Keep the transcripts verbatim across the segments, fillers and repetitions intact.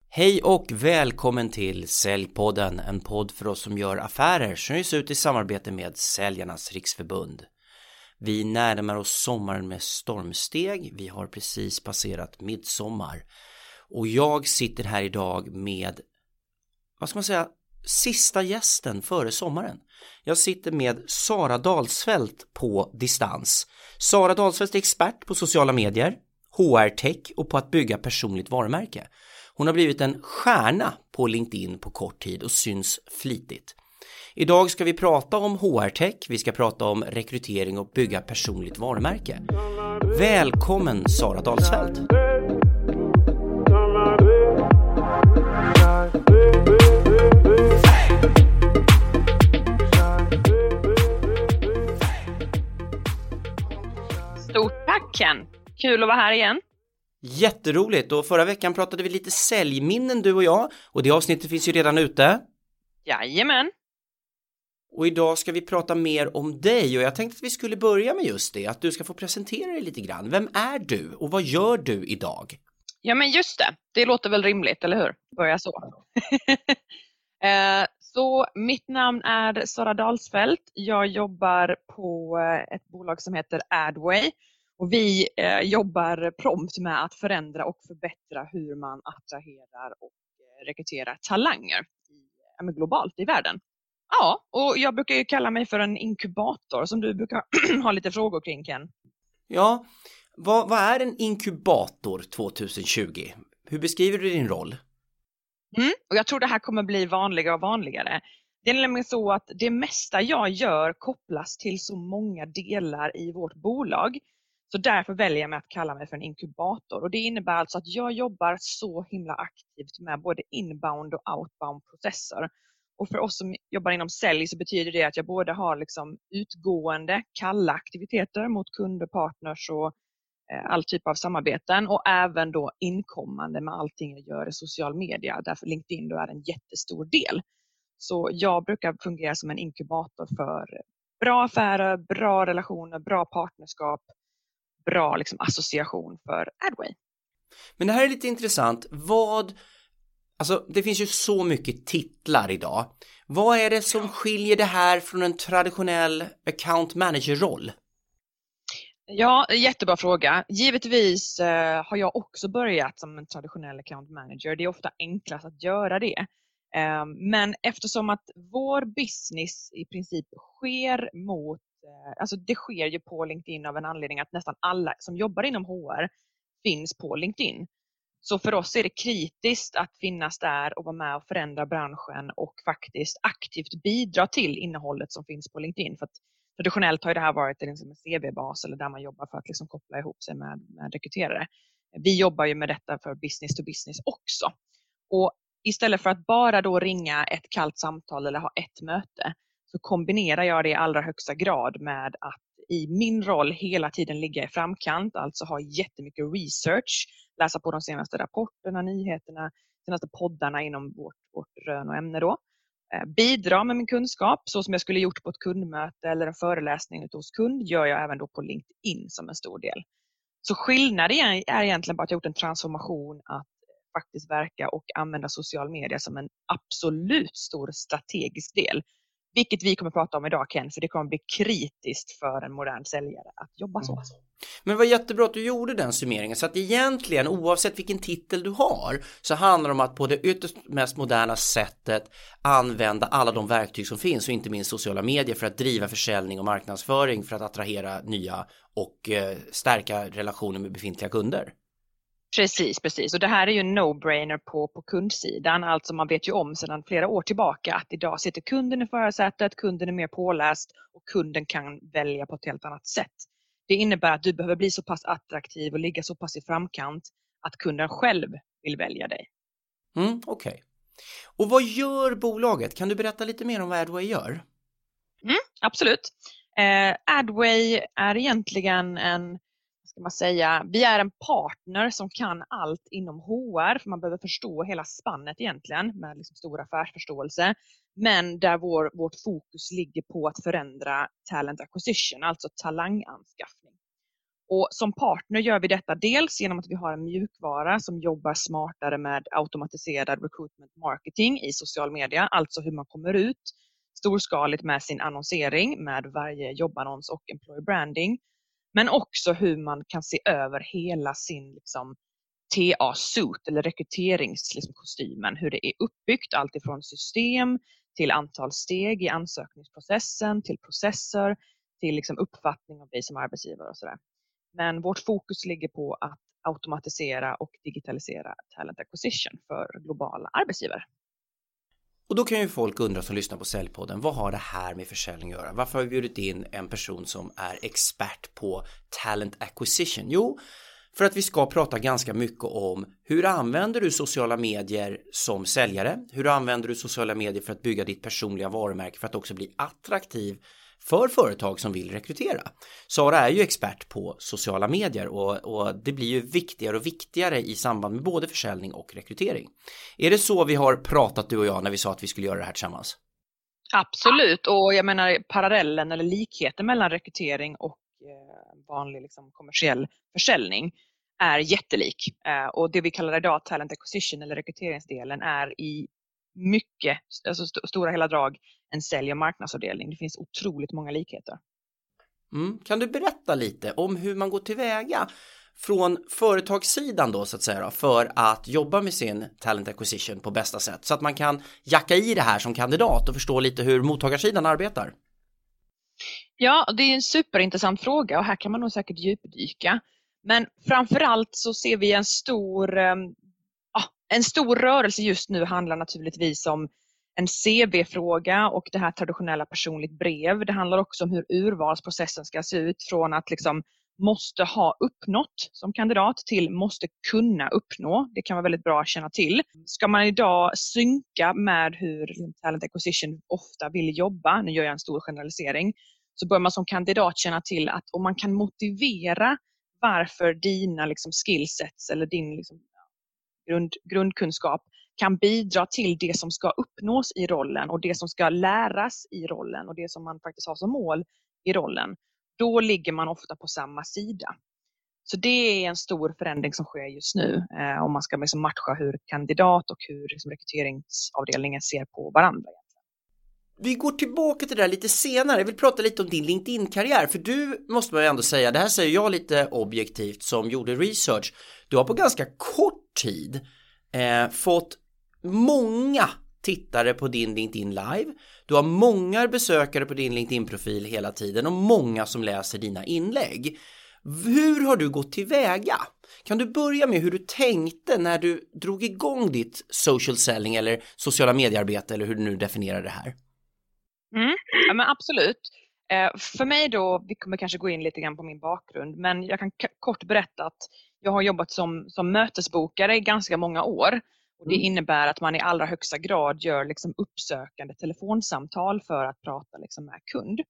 Hej och välkommen till Säljpodden, en podd för oss som gör affärer som ges ut i samarbete med Säljarnas Riksförbund. Vi närmar oss sommaren med stormsteg, vi har precis passerat midsommar och jag sitter här idag med, vad ska man säga, sista gästen före sommaren. Jag sitter med Sara Dalsfält på distans. Sara Dalsfält är expert på sociala medier, H R-tech och på att bygga personligt varumärke. Hon har blivit en stjärna på LinkedIn på kort tid och syns flitigt. Idag ska vi prata om H R-tech, vi ska prata om rekrytering och bygga personligt varumärke. Välkommen Sara Dalsfält! Stort tack Ken! Kul att vara här igen. Jätteroligt, och förra veckan pratade vi lite säljminnen du och jag, och det avsnittet finns ju redan ute. Jajamän. Och idag ska vi prata mer om dig, och jag tänkte att vi skulle börja med just det, att du ska få presentera dig lite grann. Vem är du och vad gör du idag? Ja men just det, det låter väl rimligt, eller hur? Börja så. eh, så mitt namn är Sara Dalsfält. Jag jobbar på ett bolag som heter Adway. Och vi eh, jobbar prompt med att förändra och förbättra hur man attraherar och eh, rekryterar talanger i, eh, globalt i världen. Ja, och jag brukar ju kalla mig för en inkubator som du brukar ha lite frågor kring, Ken. Ja, vad, vad är en inkubator tjugohundratjugo? Hur beskriver du din roll? Mm, och jag tror det här kommer bli vanligare och vanligare. Det är nämligen så att det mesta jag gör kopplas till så många delar i vårt bolag. Så därför väljer jag mig att kalla mig för en inkubator. Och det innebär alltså att jag jobbar så himla aktivt med både inbound och outbound processer. Och för oss som jobbar inom sälj så betyder det att jag både har liksom utgående, kalla aktiviteter mot kunder, partners och eh, all typ av samarbeten. Och även då inkommande med allting jag gör i social media. Därför LinkedIn då är en jättestor del. Så jag brukar fungera som en inkubator för bra affärer, bra relationer, bra partnerskap. Bra liksom, association för Adway. Men det här är lite intressant. Vad, alltså det finns ju så mycket titlar idag. Vad är det som skiljer det här från en traditionell account manager-roll? Ja, jättebra fråga. Givetvis eh, har jag också börjat som en traditionell account manager. Det är ofta enklast att göra det. Eh, men eftersom att vår business i princip sker mot Alltså det sker ju på LinkedIn av en anledning att nästan alla som jobbar inom H R finns på LinkedIn. Så för oss är det kritiskt att finnas där och vara med och förändra branschen och faktiskt aktivt bidra till innehållet som finns på LinkedIn. För att traditionellt har det här varit liksom en C V-bas eller där man jobbar för att liksom koppla ihop sig med, med rekryterare. Vi jobbar ju med detta för business to business också. Och istället för att bara då ringa ett kallt samtal eller ha ett möte, så kombinerar jag det i allra högsta grad med att i min roll hela tiden ligga i framkant, alltså ha jättemycket research, läsa på de senaste rapporterna, nyheterna, senaste poddarna inom vårt, vårt rön och ämne då. Eh, bidra med min kunskap, så som jag skulle gjort på ett kundmöte eller en föreläsning ute hos kund, gör jag även då på LinkedIn som en stor del. Så skillnaden är egentligen bara att jag gjort en transformation att faktiskt verka och använda social media som en absolut stor strategisk del. Vilket vi kommer att prata om idag, Ken, för det kommer att bli kritiskt för en modern säljare att jobba så. Mm. Men vad jättebra att du gjorde den summeringen, så att egentligen oavsett vilken titel du har så handlar det om att på det ytterst mest moderna sättet använda alla de verktyg som finns och inte minst sociala medier för att driva försäljning och marknadsföring för att attrahera nya och eh, stärka relationer med befintliga kunder. Precis, precis. Och det här är ju en no-brainer på, på kundsidan. Alltså man vet ju om sedan flera år tillbaka att idag sitter kunden i förarsätet, kunden är mer påläst och kunden kan välja på ett helt annat sätt. Det innebär att du behöver bli så pass attraktiv och ligga så pass i framkant att kunden själv vill välja dig. Mm, okej. Okay. Och vad gör bolaget? Kan du berätta lite mer om vad Adway gör? Mm, absolut. Eh, Adway är egentligen en ska man säga, vi är en partner som kan allt inom H R, för man behöver förstå hela spannet egentligen med liksom stor affärsförståelse, men där vår, vårt fokus ligger på att förändra talent acquisition, alltså talanganskaffning. Och som partner gör vi detta dels genom att vi har en mjukvara som jobbar smartare med automatiserad recruitment marketing i social media, alltså hur man kommer ut storskaligt med sin annonsering med varje jobbannons och employer branding, men också hur man kan se över hela sin liksom, T A-suit eller rekryteringskostymen, hur det är uppbyggt, allt ifrån system till antal steg i ansökningsprocessen, till processer, till liksom uppfattning av dig som arbetsgivare och sådär. Men vårt fokus ligger på att automatisera och digitalisera talent acquisition för globala arbetsgivare. Och då kan ju folk undra som lyssnar på Säljpodden, vad har det här med försäljning att göra? Varför har vi bjudit in en person som är expert på talent acquisition? Jo, för att vi ska prata ganska mycket om hur använder du sociala medier som säljare? Hur använder du sociala medier för att bygga ditt personliga varumärke för att också bli attraktiv för företag som vill rekrytera? Sara är ju expert på sociala medier och, och det blir ju viktigare och viktigare i samband med både försäljning och rekrytering. Är det så vi har pratat du och jag när vi sa att vi skulle göra det här tillsammans? Absolut, och jag menar parallellen eller likheten mellan rekrytering och eh, vanlig liksom, kommersiell försäljning är jättelik. Eh, och det vi kallar idag talent acquisition eller rekryteringsdelen är i mycket, alltså st- stora hela drag en sälj- och marknadsavdelning. Det finns otroligt många likheter. Mm. Kan du berätta lite om hur man går tillväga från företagssidan då så att säga då, för att jobba med sin talent acquisition på bästa sätt så att man kan jacka i det här som kandidat och förstå lite hur mottagarsidan arbetar? Ja, det är en superintressant fråga och här kan man nog säkert djupdyka. Men framförallt så ser vi en stor, eh, en stor rörelse just nu handlar naturligtvis om en C V-fråga och det här traditionella personligt brev. Det handlar också om hur urvalsprocessen ska se ut från att liksom måste ha uppnått som kandidat till måste kunna uppnå. Det kan vara väldigt bra att känna till. Ska man idag synka med hur talent acquisition ofta vill jobba, nu gör jag en stor generalisering, så bör man som kandidat känna till att om man kan motivera varför dina liksom skillsets eller din liksom grund, grundkunskap kan bidra till det som ska uppnås i rollen och det som ska läras i rollen och det som man faktiskt har som mål i rollen, då ligger man ofta på samma sida. Så det är en stor förändring som sker just nu eh, om man ska liksom matcha hur kandidat och hur liksom, rekryteringsavdelningen ser på varandra. Vi går tillbaka till det där lite senare. Jag vill prata lite om din LinkedIn-karriär. För du måste man ju ändå säga, det här säger jag lite objektivt som gjorde research. Du har på ganska kort tid eh, fått många tittare på din LinkedIn live. Du har många besökare på din LinkedIn-profil hela tiden och många som läser dina inlägg. Hur har du gått tillväga? Kan du börja med hur du tänkte när du drog igång ditt social selling eller sociala mediearbete eller hur du nu definierar det här? Mm, ja, men absolut. Eh, för mig då, vi kommer kanske gå in lite grann på min bakgrund, men jag kan k- kort berätta att jag har jobbat som, som mötesbokare i ganska många år. Och det innebär att man i allra högsta grad gör liksom uppsökande telefonsamtal för att prata liksom med kund.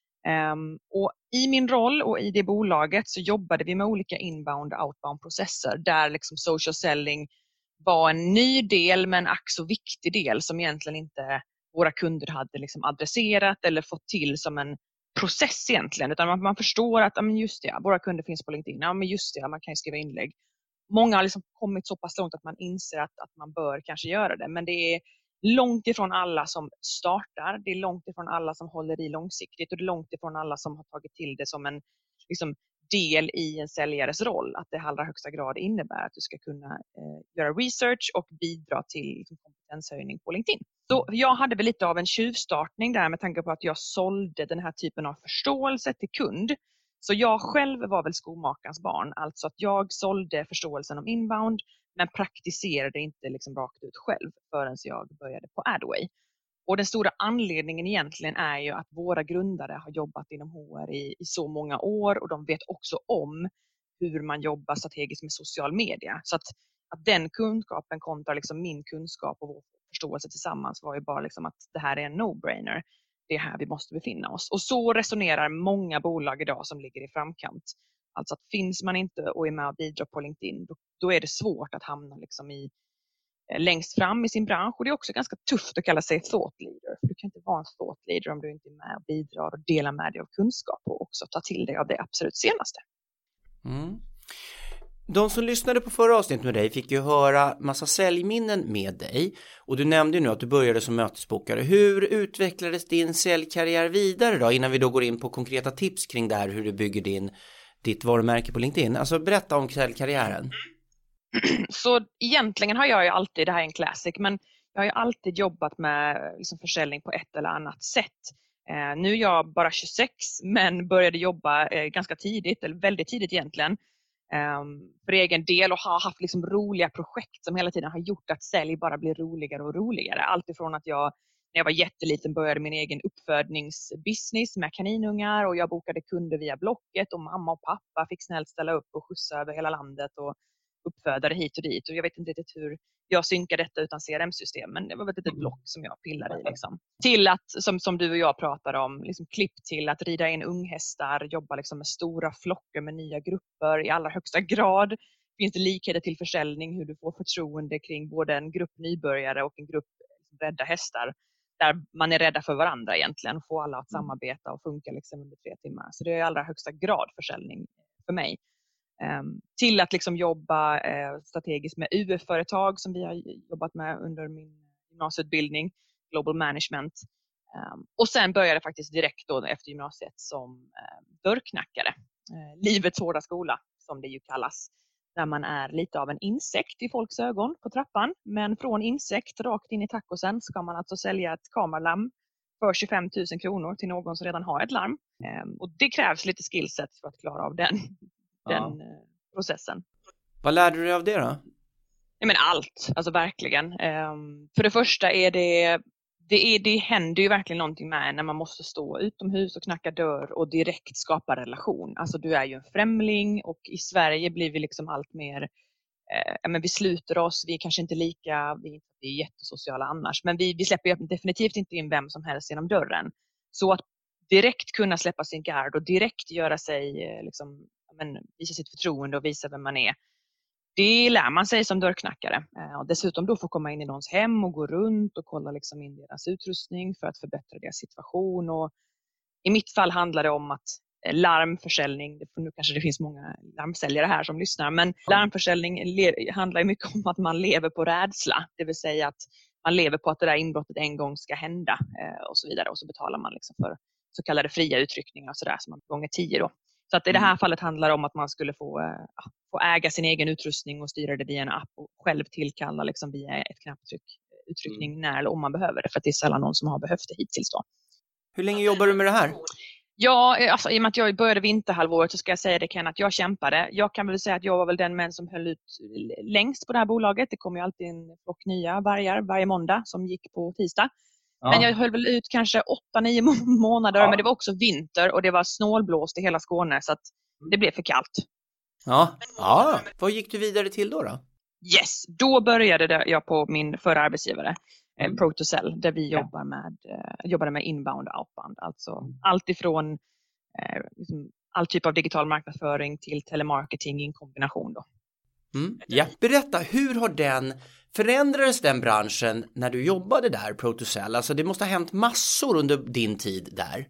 Um, och i min roll och i det bolaget så jobbade vi med olika inbound och outbound processer där liksom social selling var en ny del men ack så viktig del som egentligen inte våra kunder hade liksom adresserat eller fått till som en process egentligen, utan man, man förstår att ja, men just det, våra kunder finns på LinkedIn, ja men just det, man kan ju skriva inlägg. Många har liksom kommit så pass långt att man inser att, att man bör kanske göra det, men det är långt ifrån alla som startar, det är långt ifrån alla som håller i långsiktigt och det är långt ifrån alla som har tagit till det som en liksom, del i en säljares roll, att det i allra högsta grad innebär att du ska kunna eh, göra research och bidra till liksom, kompetenshöjning på LinkedIn. Så jag hade väl lite av en tjuvstartning där med tanke på att jag sålde den här typen av förståelse till kund. Så jag själv var väl skomakarens barn, alltså att jag sålde förståelsen om inbound men praktiserade inte liksom rakt ut själv förrän jag började på Adway. Och den stora anledningen egentligen är ju att våra grundare har jobbat inom H R i, i så många år och de vet också om hur man jobbar strategiskt med social media. Så att, att den kunskapen kontra liksom min kunskap och vår förståelse tillsammans var ju bara liksom att det här är en no-brainer. Det är här vi måste befinna oss. Och så resonerar många bolag idag som ligger i framkant. Alltså att finns man inte och är med och bidrar på LinkedIn, då, då är det svårt att hamna liksom i, längst fram i sin bransch. Och det är också ganska tufft att kalla sig thought leader. För du kan inte vara en thought leader om du inte är med och bidrar och delar med dig av kunskap och också ta till dig av det absolut senaste. Mm. De som lyssnade på förra avsnittet med dig fick ju höra massa säljminnen med dig. Och du nämnde ju nu att du började som mötesbokare. Hur utvecklades din säljkarriär vidare då? Innan vi då går in på konkreta tips kring det här, hur du bygger din, ditt varumärke på LinkedIn. Alltså berätta om säljkarriären. Så egentligen har jag ju alltid, det här är en classic, men jag har ju alltid jobbat med liksom försäljning på ett eller annat sätt. Eh, nu är jag bara tjugosex, men började jobba eh, ganska tidigt, eller väldigt tidigt egentligen. Um, för egen del och har haft liksom roliga projekt som hela tiden har gjort att sälj bara blir roligare och roligare. Allt ifrån att jag när jag var jätteliten började min egen uppfödningsbusiness med kaninungar och jag bokade kunder via Blocket och mamma och pappa fick snällt ställa upp och skjutsa över hela landet och uppfödare hit och dit. Och jag vet inte riktigt hur jag synkar detta utan C R M-system, men det var väl ett block som jag pillade i. Liksom. Till att, som, som du och jag pratar om, liksom klipp till att rida in unghästar, jobba liksom med stora flockar med nya grupper i allra högsta grad. Finns det likheter till försäljning, hur du får förtroende kring både en grupp nybörjare och en grupp rädda hästar. Där man är rädda för varandra egentligen, få alla att samarbeta och funka liksom under tre timmar. Så det är i allra högsta grad försäljning för mig. Um, till att liksom jobba uh, strategiskt med U F-företag som vi har jobbat med under min gymnasieutbildning, Global Management. Um, och sen började jag faktiskt direkt då efter gymnasiet som uh, dörrknackare. Uh, livets hårda skola som det ju kallas. Där man är lite av en insekt i folks ögon på trappan. Men från insekt rakt in i tacosen ska man alltså sälja ett kameralarm för tjugofem tusen kronor till någon som redan har ett larm. Um, och det krävs lite skillset för att klara av den. den ja. processen. Vad lärde du dig av det då? Ja, men allt, alltså verkligen. Um, för det första är det, det, är, det händer ju verkligen någonting med när man måste stå utomhus och knacka dörr och direkt skapa relation. Alltså du är ju en främling och i Sverige blir vi liksom allt mer, eh, ja, men vi sluter oss, vi är kanske inte lika, vi är inte vi är jättesociala annars, men vi, vi släpper definitivt inte in vem som helst genom dörren. Så att direkt kunna släppa sin gard och direkt göra sig liksom, men visa sitt förtroende och visa vem man är. Det lär man sig som dörrknackare. Och dessutom då få komma in i någons hem och gå runt och kolla liksom in deras utrustning för att förbättra deras situation. Och i mitt fall handlar det om att larmförsäljning, nu kanske det finns många larmsäljare här som lyssnar, men larmförsäljning handlar mycket om att man lever på rädsla. Det vill säga att man lever på att det där inbrottet en gång ska hända och så vidare. Och så betalar man liksom för så kallade fria utryckningar och sådär som man gånger tio då. Så att i det här fallet handlar det om att man skulle få, äh, få äga sin egen utrustning och styra det via en app och själv tillkalla liksom via ett knapptryck utryckning mm. när eller om man behöver det. För att det är sällan någon som har behövt det hittills då. Hur länge jobbar du med det här? Ja, alltså, i och med att jag började vinterhalvåret så ska jag säga det Ken att jag kämpade. Jag kan väl säga att jag var väl den män som höll ut längst på det här bolaget. Det kom ju alltid en flock nya vargar varje måndag som gick på tisdag. Ja. Men jag höll väl ut kanske åtta nio månader, ja. Men det var också vinter och det var snålblåst i hela Skåne så att det blev för kallt. Ja, ja. Vad gick du vidare till då då? Yes, då började jag på min förra arbetsgivare, mm. Protosell, där vi ja. jobbar med, eh, jobbade med inbound och outbound. Alltså mm. allt ifrån eh, liksom, all typ av digital marknadsföring till telemarketing i en kombination då. Mm. Ja. Berätta, hur har den förändrades den branschen när du jobbade där, Protosell? Alltså det måste ha hänt massor under din tid där.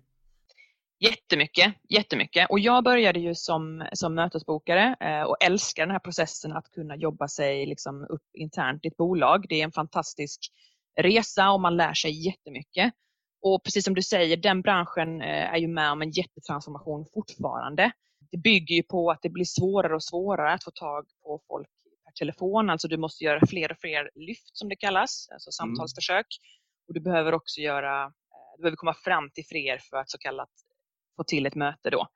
Jättemycket, jättemycket. Och jag började ju som, som mötesbokare eh, och älskar den här processen att kunna jobba sig liksom upp internt i ett bolag. Det är en fantastisk resa och man lär sig jättemycket. Och precis som du säger, den branschen eh, är ju med om en jättetransformation fortfarande. Det bygger ju på att det blir svårare och svårare att få tag på folk per telefon. Alltså du måste göra fler och fler lyft som det kallas, alltså samtalsförsök. Mm. Och du behöver också göra, du behöver komma fram till fler för att så kallat få till ett möte då.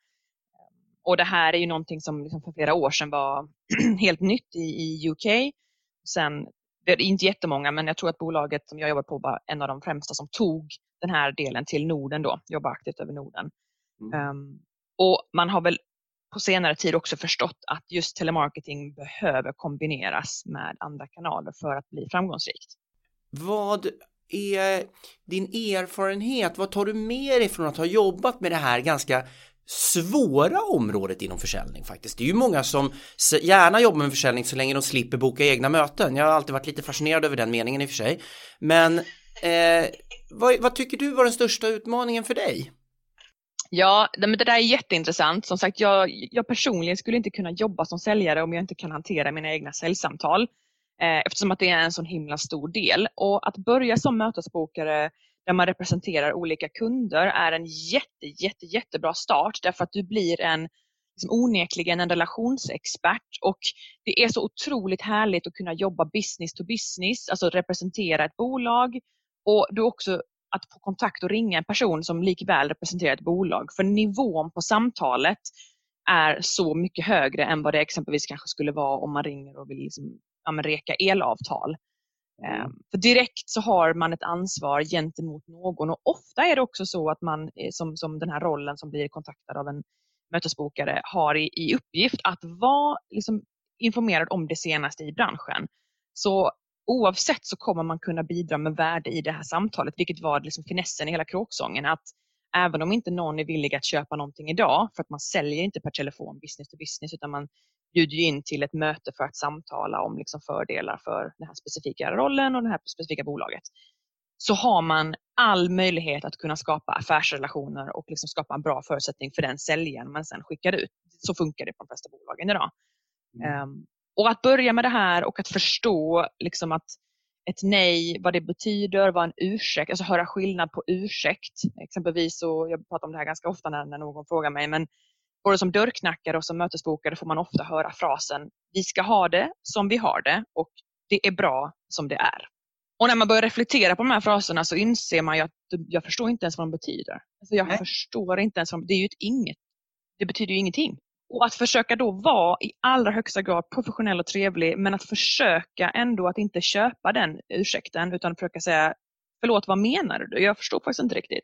Och det här är ju någonting som liksom för flera år sedan var helt nytt i, i U K. Sen, det är inte jättemånga, men jag tror att bolaget som jag jobbar på var en av de främsta som tog den här delen till Norden då. Jobbar aktivt över Norden. Mm. Um, och man har väl på senare tid också förstått att just telemarketing behöver kombineras med andra kanaler för att bli framgångsrikt. Vad är din erfarenhet? Vad tar du med dig från att ha jobbat med det här ganska svåra området inom försäljning faktiskt? Det är ju många som gärna jobbar med försäljning så länge de slipper boka egna möten. Jag har alltid varit lite fascinerad över den meningen i och för sig. Men eh, vad, vad tycker du var den största utmaningen för dig? Ja, men det där är jätteintressant. Som sagt, jag, jag personligen skulle inte kunna jobba som säljare om jag inte kan hantera mina egna säljsamtal. Eh, eftersom att det är en sån himla stor del. Och att börja som mötesbokare där man representerar olika kunder är en jätte, jätte, jättebra start. Därför att du blir en, liksom onekligen en relationsexpert. Och det är så otroligt härligt att kunna jobba business to business. Alltså representera ett bolag. Och du också att få kontakt och ringa en person som likväl representerar ett bolag. För nivån på samtalet är så mycket högre än vad det exempelvis kanske skulle vara om man ringer och vill liksom, ja, men reka elavtal. Mm. Um, för direkt så har man ett ansvar gentemot någon, och ofta är det också så att man som, som den här rollen som blir kontaktad av en mötesbokare har i, i uppgift att vara liksom, informerad om det senaste i branschen. Så oavsett så kommer man kunna bidra med värde i det här samtalet, vilket var liksom finessen i hela kråksången, att även om inte någon är villig att köpa någonting idag, för att man säljer inte per telefon business to business, utan man bjuder in till ett möte för att samtala om liksom fördelar för den här specifika rollen och det här specifika bolaget, så har man all möjlighet att kunna skapa affärsrelationer och liksom skapa en bra förutsättning för den säljaren man sen skickar ut. Så funkar det på de flesta bolagen idag. Mm. Um, Och att börja med det här och att förstå liksom att ett nej, vad det betyder, vad en ursäkt, alltså höra skillnad på ursäkt. Exempelvis, så jag pratar om det här ganska ofta när, när någon frågar mig, men både som dörrknackare och som mötesbokare får man ofta höra frasen: vi ska ha det som vi har det och det är bra som det är. Och när man börjar reflektera på de här fraserna så inser man ju att jag förstår inte ens vad de betyder. Alltså jag nej. förstår inte ens vad de, det är ju ett inget. Det betyder ju ingenting. Och att försöka då vara i allra högsta grad professionell och trevlig, men att försöka ändå att inte köpa den ursäkten, utan försöka säga: förlåt, vad menar du? Jag förstår faktiskt inte riktigt.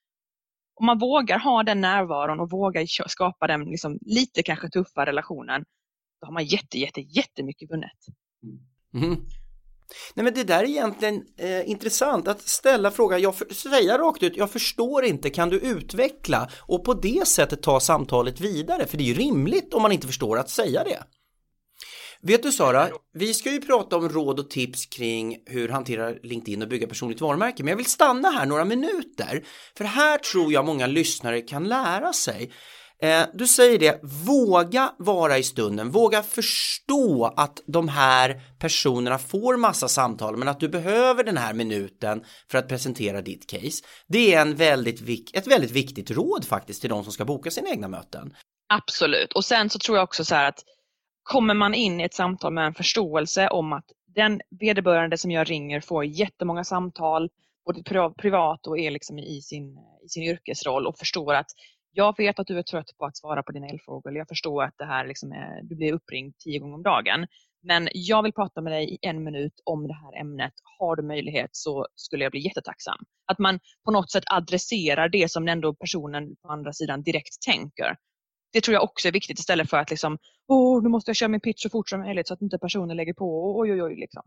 Om man vågar ha den närvaron och vågar skapa den liksom lite kanske tuffa relationen, då har man jätte, jätte, jättemycket vunnet. Mm. Nej, men det där är egentligen eh, intressant att ställa frågan, jag för, säga rakt ut, jag förstår inte, kan du utveckla, och på det sättet ta samtalet vidare, för det är ju rimligt om man inte förstår att säga det. Vet du Sara, vi ska ju prata om råd och tips kring hur hantera LinkedIn och bygga personligt varumärke, men jag vill stanna här några minuter, för här tror jag många lyssnare kan lära sig. Eh, du säger det, våga vara i stunden, våga förstå att de här personerna får massa samtal, men att du behöver den här minuten för att presentera ditt case. Det är en väldigt, ett väldigt viktigt råd faktiskt till de som ska boka sina egna möten. Absolut, och sen så tror jag också så här att kommer man in i ett samtal med en förståelse om att den vederbörande som jag ringer får jättemånga samtal, både privat och är liksom i sin, i sin yrkesroll, och förstår att jag vet att du är trött på att svara på dina elfrågor, eller jag förstår att det här liksom är, du blir uppringd tio gånger om dagen, men jag vill prata med dig i en minut om det här ämnet. Har du möjlighet så skulle jag bli jättetacksam. Att man på något sätt adresserar det som ändå personen på andra sidan direkt tänker. Det tror jag också är viktigt, istället för att liksom, åh, nu måste jag köra min pitch så fort som möjligt så att inte personen lägger på, oj oj oj liksom.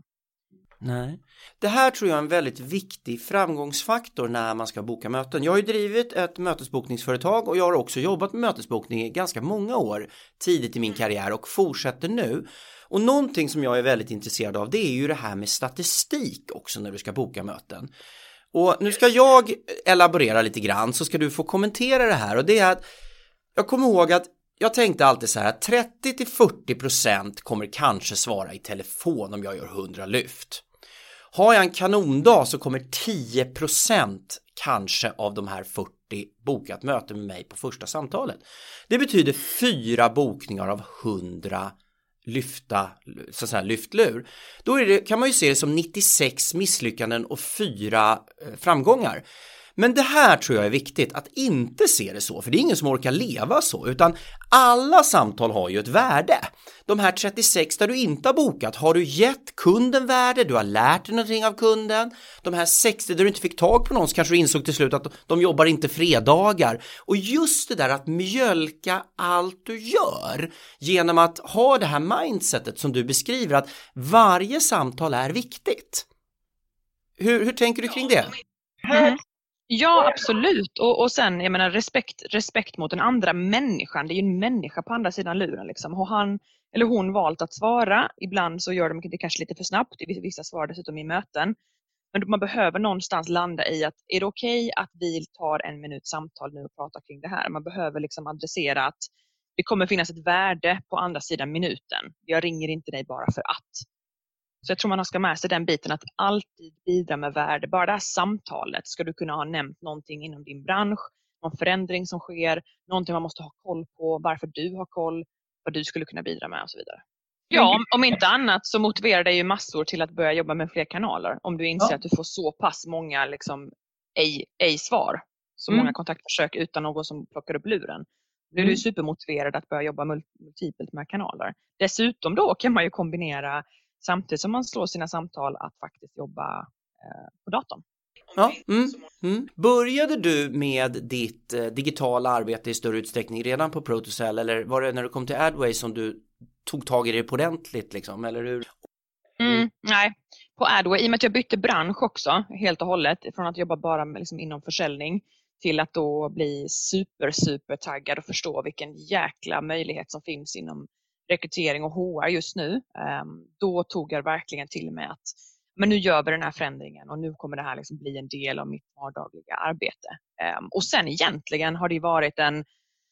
Nej. Det här tror jag är en väldigt viktig framgångsfaktor när man ska boka möten. Jag har ju drivit ett mötesbokningsföretag och jag har också jobbat med mötesbokning i ganska många år tidigt i min karriär och fortsätter nu. Och någonting som jag är väldigt intresserad av, det är ju det här med statistik också när du ska boka möten. Och nu ska jag elaborera lite grann, så ska du få kommentera det här, och det är att jag kommer ihåg att jag tänkte alltid så här att trettio till fyrtio procent kommer kanske svara i telefon om jag gör hundra lyft. Har jag en kanondag så kommer tio procent kanske av de här fyrtio bokat möte med mig på första samtalet. Det betyder fyra bokningar av hundra lyfta, så att säga, lyftlur. Då är det, kan man ju se det som nittiosex misslyckanden och fyra framgångar. Men det här tror jag är viktigt, att inte se det så, för det är ingen som orkar leva så, utan alla samtal har ju ett värde. De här trettiosex där du inte har bokat, har du gett kunden värde, du har lärt dig någonting av kunden. De här sextio där du inte fick tag på någon, så kanske du insåg till slut att de jobbar inte fredagar. Och just det där att mjölka allt du gör genom att ha det här mindsetet som du beskriver, att varje samtal är viktigt. Hur, hur tänker du kring det? Mm. Ja, absolut. Och, och sen, jag menar, respekt, respekt mot den andra människan. Det är ju en människa på andra sidan luren. Liksom. Har han eller hon valt att svara, ibland så gör de det kanske lite för snabbt. Vissa svarar dessutom i möten. Men man behöver någonstans landa i att är det okej okay att vi tar en minut samtal nu och pratar kring det här? Man behöver liksom adressera att det kommer finnas ett värde på andra sidan minuten. Jag ringer inte dig bara för att. Så jag tror man ska med sig den biten att alltid bidra med värde. Bara det här samtalet ska du kunna ha nämnt någonting inom din bransch, någon förändring som sker, någonting man måste ha koll på, varför du har koll, vad du skulle kunna bidra med och så vidare. Ja, om, om inte annat så motiverar det ju massor till att börja jobba med fler kanaler. Om du inser ja. att du får så pass många liksom, ej, ej svar, så mm. många kontaktförsök utan någon som plockar upp luren. Då blir mm. du supermotiverad att börja jobba multipelt med kanaler. Dessutom då kan man ju kombinera samtidigt som man slår sina samtal att faktiskt jobba eh, på datorn. Ja, mm, mm. Började du med ditt eh, digitala arbete i större utsträckning redan på Protocell, eller var det när du kom till Adway som du tog tag i det på ordentligt liksom, eller hur? Mm, nej, på Adway, i och med att jag bytte bransch också helt och hållet, från att jobba bara med, liksom, inom försäljning till att då bli super super taggad och förstå vilken jäkla möjlighet som finns inom rekrytering och H R just nu. Um, då tog jag verkligen till mig att men nu gör vi den här förändringen och nu kommer det här liksom bli en del av mitt vardagliga arbete. Um, och sen egentligen har det varit en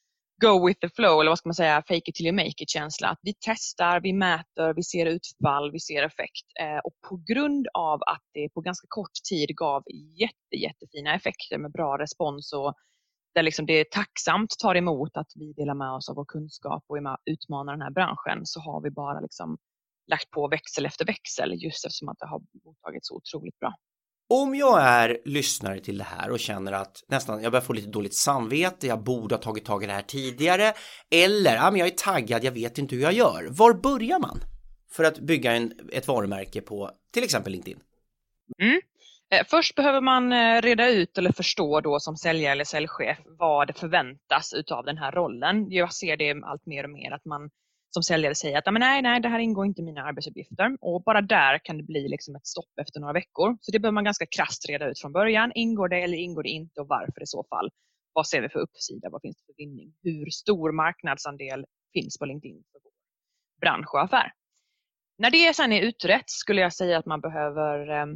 go with the flow, eller vad ska man säga, fake it till you make it känsla. Att vi testar, vi mäter, vi ser utfall, vi ser effekt. Uh, och på grund av att det på ganska kort tid gav jätte, jättefina effekter med bra respons och där liksom det är tacksamt tar emot att vi delar med oss av vår kunskap och utmanar den här branschen, så har vi bara liksom lagt på växel efter växel just eftersom att det har mottagits så otroligt bra. Om jag är lyssnare till det här och känner att nästan jag börjar få lite dåligt samvete, jag borde ha tagit tag i det här tidigare, eller ja, men jag är taggad, jag vet inte hur jag gör. Var börjar man för att bygga en, ett varumärke på till exempel LinkedIn? Mm. Först behöver man reda ut eller förstå då som säljare eller säljchef vad det förväntas utav den här rollen. Jag ser det allt mer och mer att man som säljare säger att nej, nej, det här ingår inte i mina arbetsuppgifter. Och bara där kan det bli liksom ett stopp efter några veckor. Så det behöver man ganska krasst reda ut från början. Ingår det eller ingår det inte och varför i så fall? Vad ser vi för uppsida? Vad finns det för vinning? Hur stor marknadsandel finns på LinkedIn för vår bransch och affär? När det sen är utrett skulle jag säga att man behöver...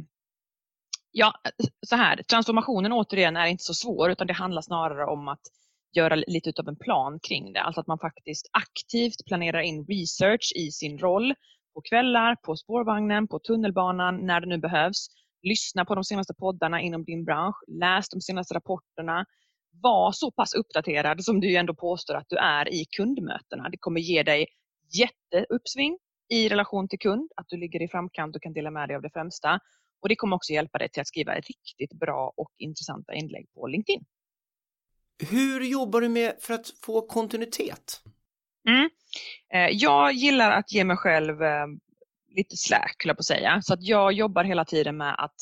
Ja, så här, transformationen återigen är inte så svår, utan det handlar snarare om att göra lite utav en plan kring det. Alltså att man faktiskt aktivt planerar in research i sin roll på kvällar, på spårvagnen, på tunnelbanan, när det nu behövs. Lyssna på de senaste poddarna inom din bransch, läs de senaste rapporterna. Var så pass uppdaterad som du ju ändå påstår att du är i kundmötena. Det kommer ge dig jätteuppsving i relation till kund, att du ligger i framkant och kan dela med dig av det främsta. Och det kommer också hjälpa dig till att skriva riktigt bra och intressanta inlägg på LinkedIn. Hur jobbar du med för att få kontinuitet? Mm. Jag gillar att ge mig själv lite slack, skulle jag på säga. Så att jag jobbar hela tiden med att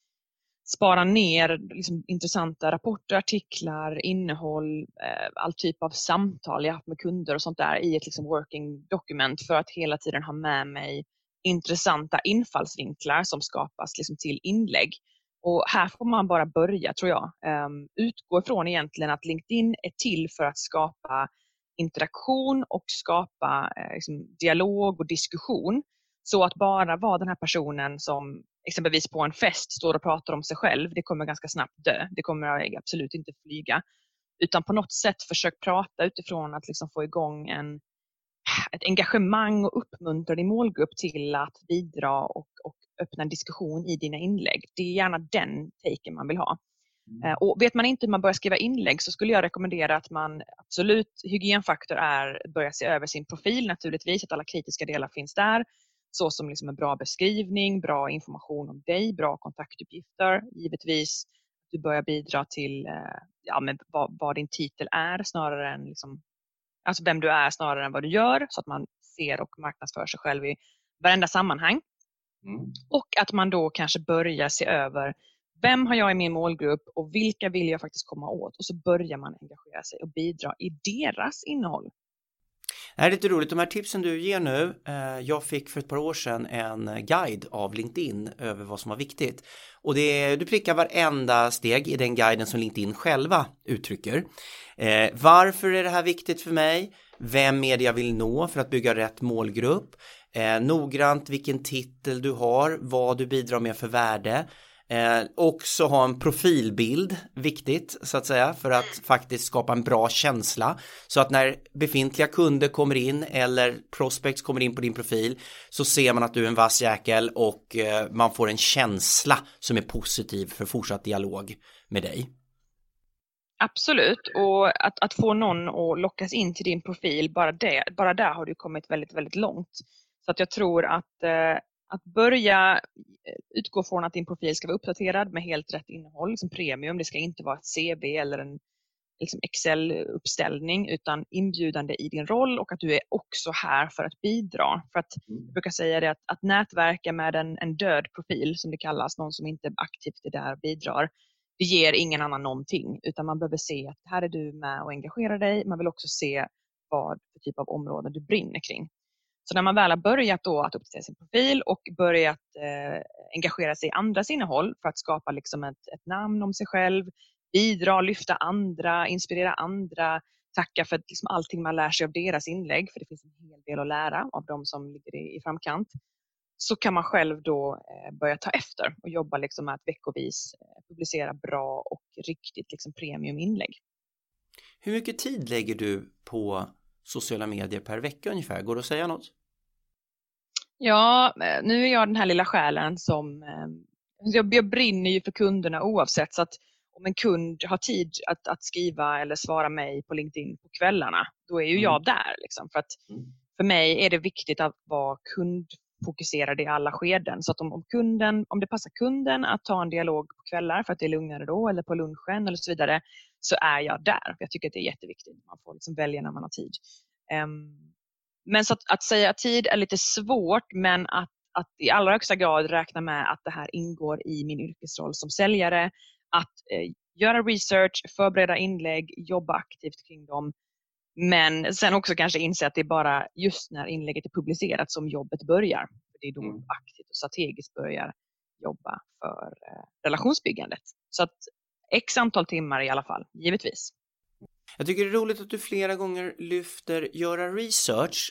spara ner liksom, intressanta rapporter, artiklar, innehåll, all typ av samtal jag haft med kunder och sånt där i ett liksom, working document för att hela tiden ha med mig intressanta infallsvinklar som skapas liksom till inlägg. Och här får man bara börja, tror jag. Um, utgå ifrån egentligen att LinkedIn är till för att skapa interaktion och skapa eh, liksom, dialog och diskussion. Så att bara vara den här personen som exempelvis på en fest står och pratar om sig själv, det kommer ganska snabbt dö. Det kommer absolut inte flyga. Utan på något sätt försök prata utifrån att liksom få igång en ett engagemang och uppmuntra din målgrupp till att bidra och, och öppna en diskussion i dina inlägg. Det är gärna den taken man vill ha. Mm. Och vet man inte hur man börjar skriva inlägg så skulle jag rekommendera att man absolut, hygienfaktor är att börja se över sin profil naturligtvis, att alla kritiska delar finns där. Så som liksom en bra beskrivning, bra information om dig, bra kontaktuppgifter. Givetvis du börjar bidra till ja, men vad, vad din titel är snarare än liksom alltså vem du är snarare än vad du gör, så att man ser och marknadsför sig själv i varenda sammanhang. Mm. Och att man då kanske börjar se över vem har jag i min målgrupp och vilka vill jag faktiskt komma åt. Och så börjar man engagera sig och bidra i deras innehåll. Det här är lite roligt, de här tipsen du ger nu, eh, jag fick för ett par år sedan en guide av LinkedIn över vad som var viktigt. Och det är, du prickar varenda steg i den guiden som LinkedIn själva uttrycker. Eh, varför är det här viktigt för mig? Vem är det jag vill nå för att bygga rätt målgrupp? Eh, noggrant vilken titel du har, vad du bidrar med för värde. Eh, också ha en profilbild, viktigt så att säga, för att faktiskt skapa en bra känsla. Så att när befintliga kunder kommer in eller prospects kommer in på din profil så ser man att du är en vass jäkel och eh, man får en känsla som är positiv för fortsatt dialog med dig. Absolut, och att, att få någon att lockas in till din profil, bara, det, bara där har du kommit väldigt, väldigt långt. Så att jag tror att, eh, att börja utgå från att din profil ska vara uppdaterad med helt rätt innehåll, som premium. Det ska inte vara ett C V eller en liksom Excel-uppställning, utan inbjudande i din roll, och att du är också här för att bidra. För att jag brukar säga det att, att nätverka med en, en död profil, som det kallas, någon som inte aktivt är där och bidrar, det ger ingen annan någonting, utan man behöver se att här är du med och engagerar dig. Man vill också se vad för typ av områden du brinner kring. Så när man väl har börjat då att uppdatera sin profil och börjat eh, engagera sig i andras innehåll för att skapa liksom ett, ett namn om sig själv, bidra, lyfta andra, inspirera andra, tacka för liksom allting man lär sig av deras inlägg, för det finns en hel del att lära av de som ligger i, i framkant, så kan man själv då eh, börja ta efter och jobba liksom med att veckovis eh, publicera bra och riktigt liksom premiuminlägg. Hur mycket tid lägger du på sociala medier per vecka ungefär? Går det att säga något? Ja, nu är jag den här lilla själen som jag, jag brinner ju för kunderna oavsett, så att om en kund har tid att, att skriva eller svara mig på LinkedIn på kvällarna, då är ju mm. jag där liksom, för att mm. för mig är det viktigt att vara kundfokuserad i alla skeden, så att om, om kunden, om det passar kunden att ta en dialog på kvällar för att det är lugnare då, eller på lunchen eller så vidare, så är jag där. Jag tycker att det är jätteviktigt. Man får liksom välja när man har tid. Um, men så att, att säga tid är lite svårt, men att, att i allra högsta grad räkna med att det här ingår i min yrkesroll som säljare. Att eh, göra research, förbereda inlägg, jobba aktivt kring dem. Men sen också kanske inse att det är bara just när inlägget är publicerat som jobbet börjar. Det är då mm. aktivt och strategiskt börjar jobba för eh, relationsbyggandet. Så att x antal timmar i alla fall, givetvis. Jag tycker det är roligt att du flera gånger lyfter göra research.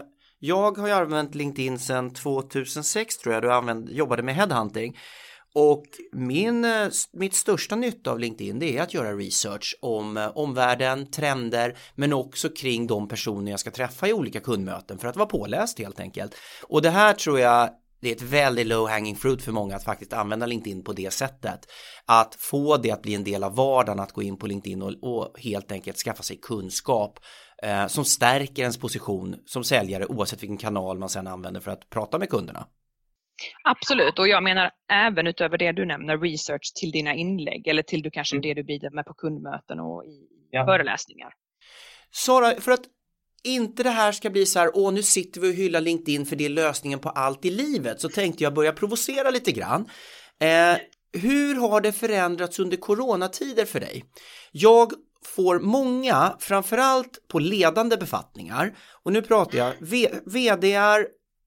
Jag har ju använt LinkedIn sedan tvåtusensex tror jag. Du använde, jobbade med headhunting. Och min, mitt största nytta av LinkedIn, det är att göra research om omvärlden, trender, men också kring de personer jag ska träffa i olika kundmöten för att vara påläst helt enkelt. Och det här tror jag, det är ett väldigt low hanging fruit för många att faktiskt använda LinkedIn på det sättet. Att få det att bli en del av vardagen, att gå in på LinkedIn och, och helt enkelt skaffa sig kunskap eh, som stärker ens position som säljare oavsett vilken kanal man sedan använder för att prata med kunderna. Absolut, och jag menar även utöver det du nämner, research till dina inlägg eller till du kanske mm. det du bidrar med på kundmöten och i ja. föreläsningar. Sara, för att inte det här ska bli så här, åh nu sitter vi och hyllar LinkedIn för det är lösningen på allt i livet, så tänkte jag börja provocera lite grann. Eh, hur har det förändrats under coronatider för dig? Jag får många, framförallt på ledande befattningar, och nu pratar jag v- vd:ar,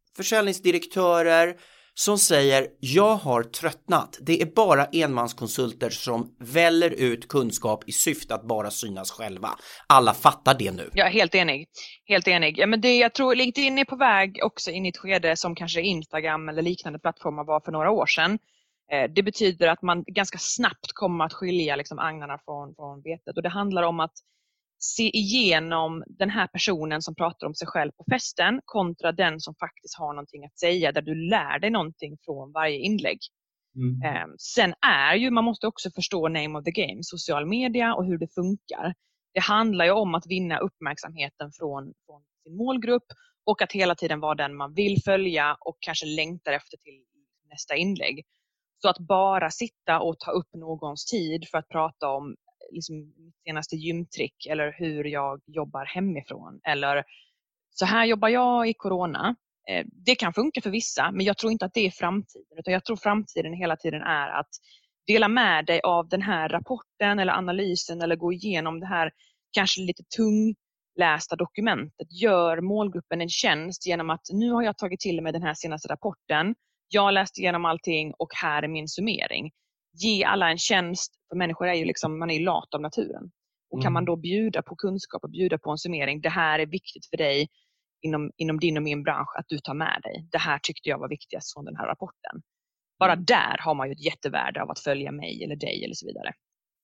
försäljningsdirektörer, som säger jag har tröttnat. Det är bara enmanskonsulter som väller ut kunskap i syfte att bara synas själva. Alla fattar det nu. Ja, helt enig. Helt enig. Ja, men det, jag tror LinkedIn är på väg också in i ett skede som kanske Instagram eller liknande plattformar var för några år sedan. Eh, det betyder att man ganska snabbt kommer att skilja liksom agnarna från, från vetet. Och det handlar om att se igenom den här personen som pratar om sig själv på festen kontra den som faktiskt har någonting att säga, där du lär dig någonting från varje inlägg. Mm. Eh, sen är ju, man måste också förstå name of the game, social media och hur det funkar. Det handlar ju om att vinna uppmärksamheten från, från sin målgrupp och att hela tiden vara den man vill följa och kanske längtar efter till nästa inlägg. Så att bara sitta och ta upp någons tid för att prata om liksom mitt senaste gymtrick eller hur jag jobbar hemifrån eller så här jobbar jag i corona. Eh, det kan funka för vissa, men jag tror inte att det är framtiden, utan jag tror framtiden hela tiden är att dela med dig av den här rapporten eller analysen eller gå igenom det här kanske lite tunglästa dokumentet. Gör målgruppen en tjänst genom att nu har jag tagit till mig den här senaste rapporten. Jag har läst igenom allting och här är min summering. Ge alla en tjänst, för människor är ju liksom, man är ju lat av naturen. Och mm. kan man då bjuda på kunskap och bjuda på en summering, det här är viktigt för dig inom, inom din och min bransch att du tar med dig. Det här tyckte jag var viktigast från den här rapporten. bara där har man ju ett jättevärde av att följa mig eller dig eller så vidare.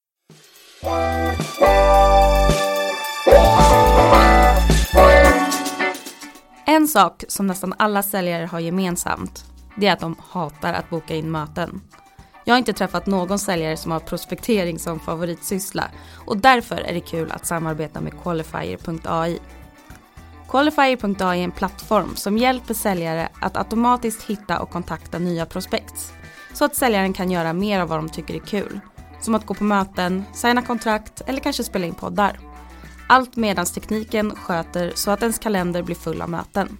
En sak som nästan alla säljare har gemensamt, det är att de hatar att boka in möten. Jag har inte träffat någon säljare som har prospektering som favoritsyssla och därför är det kul att samarbeta med Qualifier punkt a i. Qualifier punkt a i är en plattform som hjälper säljare att automatiskt hitta och kontakta nya prospects så att säljaren kan göra mer av vad de tycker är kul, som att gå på möten, signa kontrakt eller kanske spela in poddar. Allt medans tekniken sköter så att ens kalender blir full av möten.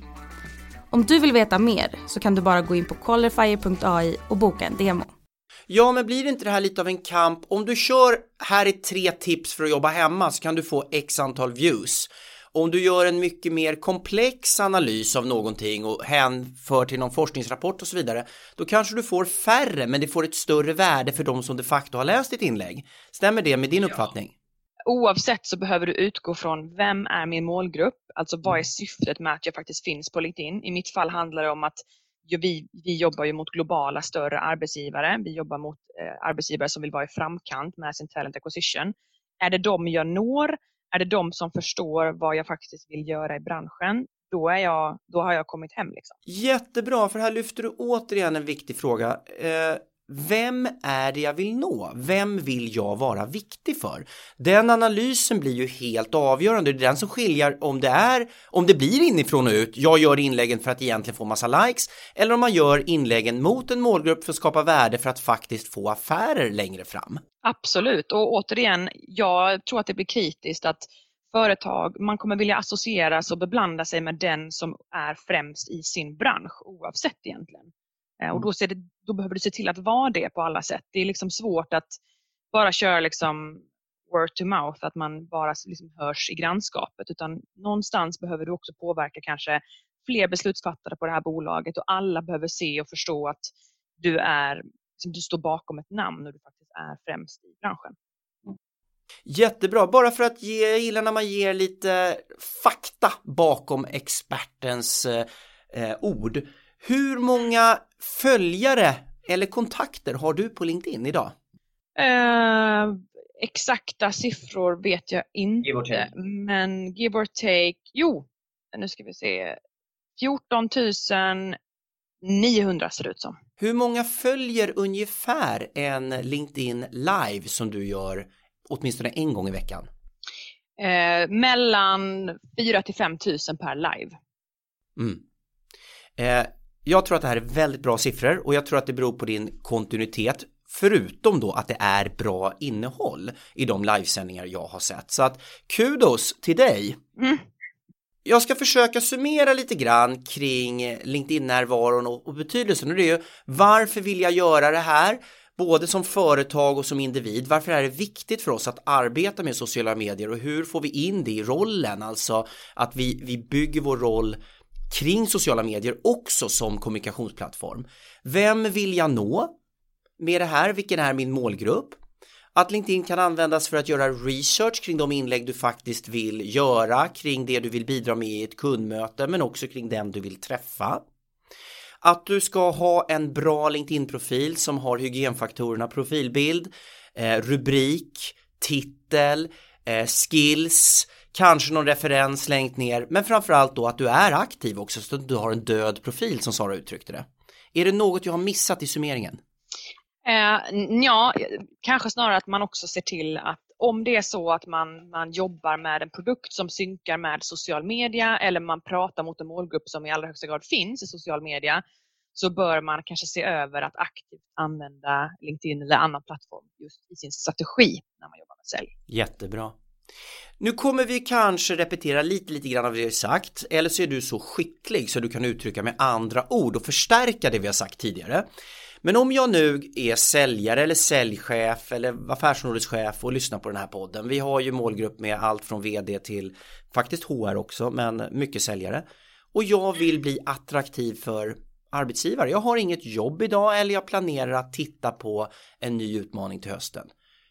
Om du vill veta mer så kan du bara gå in på Qualifier punkt a i och boka en demo. Ja, men blir inte det här lite av en kamp? Om du kör, här är tre tips för att jobba hemma, så kan du få x antal views. Om du gör en mycket mer komplex analys av någonting och hänför till någon forskningsrapport och så vidare, då kanske du får färre, men det får ett större värde för de som de facto har läst ditt inlägg. Stämmer det med din uppfattning? Oavsett så behöver du utgå från vem är min målgrupp, alltså vad är syftet med att jag faktiskt finns på LinkedIn. I mitt fall handlar det om att vi, vi jobbar ju mot globala större arbetsgivare. Vi jobbar mot eh, arbetsgivare som vill vara i framkant med sin talent acquisition. Är det de jag når? Är det de som förstår vad jag faktiskt vill göra i branschen? Då, är jag, då har jag kommit hem. Liksom. Jättebra, för här lyfter du återigen en viktig fråga. Eh, vem är det jag vill nå? Vem vill jag vara viktig för? Den analysen blir ju helt avgörande. Det är den som skiljer om det är, om det blir inifrån och ut. Jag gör inläggen för att egentligen få massa likes. Eller om man gör inläggen mot en målgrupp för att skapa värde för att faktiskt få affärer längre fram. Absolut, och återigen, jag tror att det blir kritiskt att företag, man kommer vilja associeras och beblanda sig med den som är främst i sin bransch, oavsett egentligen. Mm. Och då, ser det, då behöver du se till att vara det på alla sätt. Det är liksom svårt att bara köra liksom word to mouth, att man bara liksom hörs i grannskapet, utan någonstans behöver du också påverka kanske fler beslutsfattare på det här bolaget, och alla behöver se och förstå att du är, som du står bakom ett namn och du faktiskt är främst i branschen. Jättebra, bara för att ge, jag gillar när man ger lite fakta bakom expertens eh, ord. Hur många följare eller kontakter har du på LinkedIn idag? Eh, exakta siffror vet jag inte, give or take. Men give or take, jo, nu ska vi se, fjorton tusen niohundra ser det ut som. Hur många följer ungefär en LinkedIn live som du gör åtminstone en gång i veckan? Eh, mellan fyra till fem tusen per live. Mm. Eh, jag tror att det här är väldigt bra siffror, och jag tror att det beror på din kontinuitet, förutom då att det är bra innehåll i de livesändningar jag har sett. Så att kudos till dig. Mm. Jag ska försöka summera lite grann kring LinkedIn-närvaron och, och betydelsen. Och det är ju, varför vill jag göra det här? Både som företag och som individ. Varför är det viktigt för oss att arbeta med sociala medier, och hur får vi in det i rollen? Alltså att vi, vi bygger vår roll kring sociala medier också som kommunikationsplattform. Vem vill jag nå med det här? Vilken är min målgrupp? Att LinkedIn kan användas för att göra research kring de inlägg du faktiskt vill göra, kring det du vill bidra med i ett kundmöte, men också kring den du vill träffa. Att du ska ha en bra LinkedIn-profil som har hygienfaktorerna profilbild, eh, rubrik, titel, eh, skills, kanske någon referens längt ner, men framförallt då att du är aktiv också, så att du har en död profil som Sara uttryckte det. Är det något jag har missat i summeringen? Eh, ja, kanske snarare att man också ser till att om det är så att man, man jobbar med en produkt som synkar med social media, eller man pratar mot en målgrupp som i allra högsta grad finns i social media, så bör man kanske se över att aktivt använda LinkedIn eller annan plattform just i sin strategi när man jobbar med sälj. Jättebra. Nu kommer vi kanske repetera lite, lite grann av det vi har sagt, eller så är du så skicklig så du kan uttrycka med andra ord och förstärka det vi har sagt tidigare. Men om jag nu är säljare eller säljchef eller affärsområdeschef och lyssnar på den här podden. Vi har ju målgrupp med allt från vd till faktiskt H R också, men mycket säljare. Och jag vill bli attraktiv för arbetsgivare. Jag har inget jobb idag, eller jag planerar att titta på en ny utmaning till hösten.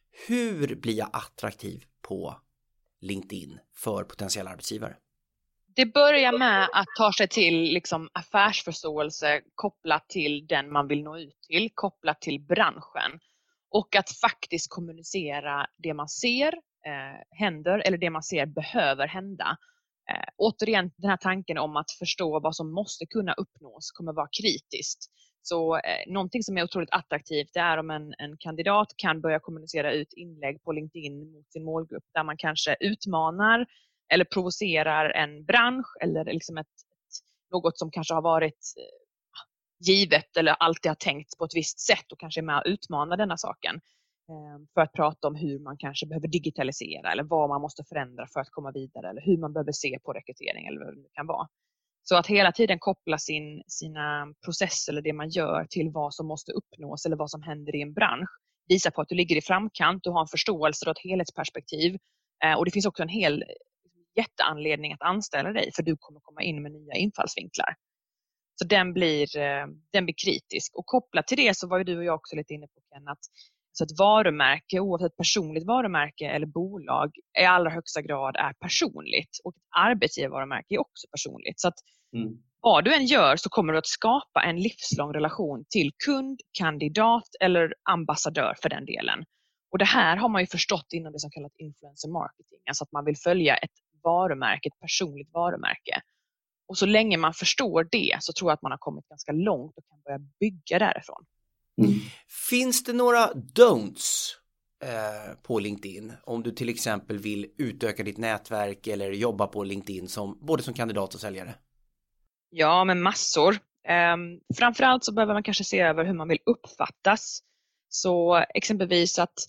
Hur blir jag attraktiv på LinkedIn för potentiella arbetsgivare? Det börjar med att ta sig till liksom affärsförståelse kopplat till den man vill nå ut till, kopplat till branschen. Och att faktiskt kommunicera det man ser eh, händer eller det man ser behöver hända. Eh, återigen, den här tanken om att förstå vad som måste kunna uppnås kommer vara kritiskt. Så eh, någonting som är otroligt attraktivt, det är om en, en kandidat kan börja kommunicera ut inlägg på LinkedIn mot sin målgrupp där man kanske utmanar eller provocerar en bransch eller liksom ett, ett, något som kanske har varit eh, givet eller alltid har tänkt på ett visst sätt och kanske är med att utmana denna saken. Eh, för att prata om hur man kanske behöver digitalisera eller vad man måste förändra för att komma vidare eller hur man behöver se på rekrytering eller vad det kan vara. Så att hela tiden koppla sin, sina processer eller det man gör till vad som måste uppnås eller vad som händer i en bransch. Visa på att du ligger i framkant, du har en förståelse och ett helhetsperspektiv. Eh, och det finns också en hel jätteanledning att anställa dig för du kommer komma in med nya infallsvinklar. Så den blir, eh, den blir kritisk. Och kopplat till det så var ju du och jag också lite inne på, Ken, att så ett varumärke, oavsett personligt varumärke eller bolag, i allra högsta grad är personligt. Och ett arbetsgivarvarumärke är också personligt. Så att mm. vad du än gör så kommer du att skapa en livslång relation till kund, kandidat eller ambassadör för den delen. Och det här har man ju förstått inom det som kallas influencer marketing. Alltså att man vill följa ett varumärke, ett personligt varumärke. Och så länge man förstår det så tror jag att man har kommit ganska långt och kan börja bygga därifrån. Mm. Finns det några don'ts eh, på LinkedIn om du till exempel vill utöka ditt nätverk eller jobba på LinkedIn som, både som kandidat och säljare? Ja, men massor. Um, framförallt så behöver man kanske se över hur man vill uppfattas. Så exempelvis att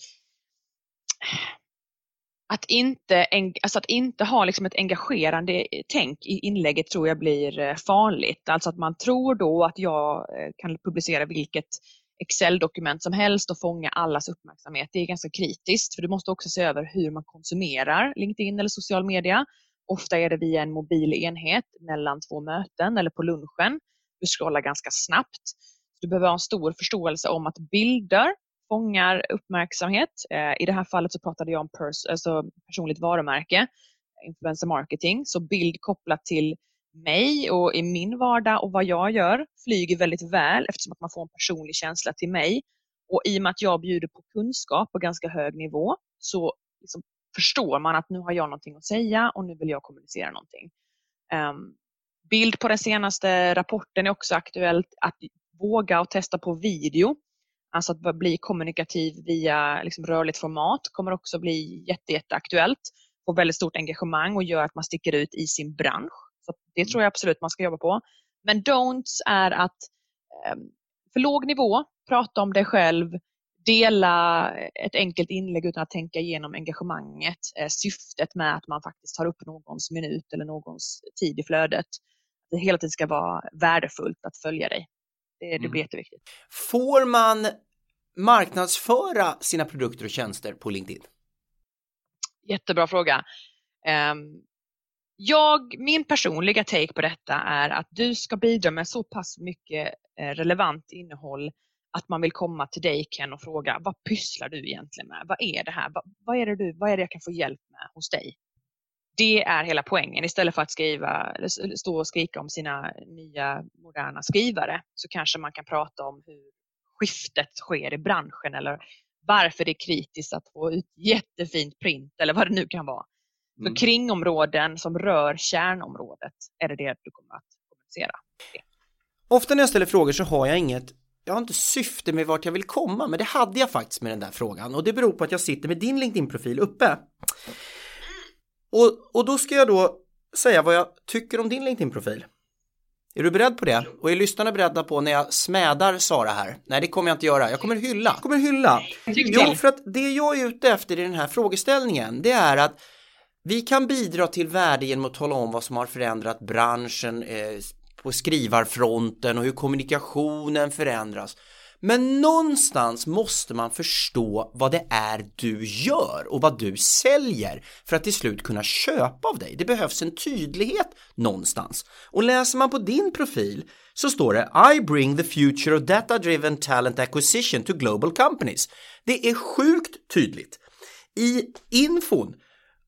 att inte, alltså att inte ha liksom ett engagerande tänk i inlägget tror jag blir farligt. Alltså att man tror då att jag kan publicera vilket Excel-dokument som helst och fånga allas uppmärksamhet. Det är ganska kritiskt för du måste också se över hur man konsumerar LinkedIn eller social media. Ofta är det via en mobil enhet mellan två möten eller på lunchen. Du scrollar ganska snabbt. Du behöver ha en stor förståelse om att bilder fångar uppmärksamhet. I det här fallet så pratade jag om pers- alltså personligt varumärke, influencer marketing. Så bild kopplat till mig och i min vardag och vad jag gör flyger väldigt väl eftersom att man får en personlig känsla till mig. Och i och med att jag bjuder på kunskap på ganska hög nivå så liksom förstår man att nu har jag någonting att säga och nu vill jag kommunicera någonting. Um, bild på den senaste rapporten är också aktuellt, att våga och testa på video. Alltså att bli kommunikativ via liksom rörligt format kommer också bli jätte, jätteaktuellt. Får väldigt stort engagemang och gör att man sticker ut i sin bransch. Så det tror jag absolut man ska jobba på. Men don'ts är att eh, för låg nivå, prata om dig själv, dela ett enkelt inlägg utan att tänka igenom engagemanget. Eh, syftet med att man faktiskt tar upp någons minut eller någons tid i flödet. Det hela tiden ska vara värdefullt att följa dig. Det, det blir jätteviktigt. Får man marknadsföra sina produkter och tjänster på LinkedIn? Jättebra fråga. Um, jag, min personliga take på detta är att du ska bidra med så pass mycket eh, relevant innehåll att man vill komma till dig, Ken, och fråga vad pysslar du egentligen med? Vad är det här? Vad, vad är det du, vad är det jag kan få hjälp med hos dig? Det är hela poängen. Istället för att skriva, stå och skrika om sina nya moderna skrivare så kanske man kan prata om hur skiftet sker i branschen eller varför det är kritiskt att få ut jättefint print eller vad det nu kan vara. Mm. För kringområden som rör kärnområdet är det det du kommer att kommunicera. Ofta när jag ställer frågor så har jag inget, jag har inte syfte med vart jag vill komma, men det hade jag faktiskt med den där frågan och det beror på att jag sitter med din LinkedIn-profil uppe. Och, och då ska jag då säga vad jag tycker om din LinkedIn-profil. Är du beredd på det? Och är lyssnarna beredda på när jag smädar Sara här? Nej, det kommer jag inte göra. Jag kommer hylla. Jag kommer hylla. Jo, för att det jag är ute efter i den här frågeställningen, det är att vi kan bidra till värde genom att tala om vad som har förändrat branschen eh, på skrivarfronten och hur kommunikationen förändras. Men någonstans måste man förstå vad det är du gör och vad du säljer för att till slut kunna köpa av dig. Det behövs en tydlighet någonstans. Och läser man på din profil så står det I bring the future of data-driven talent acquisition to global companies. Det är sjukt tydligt. I infon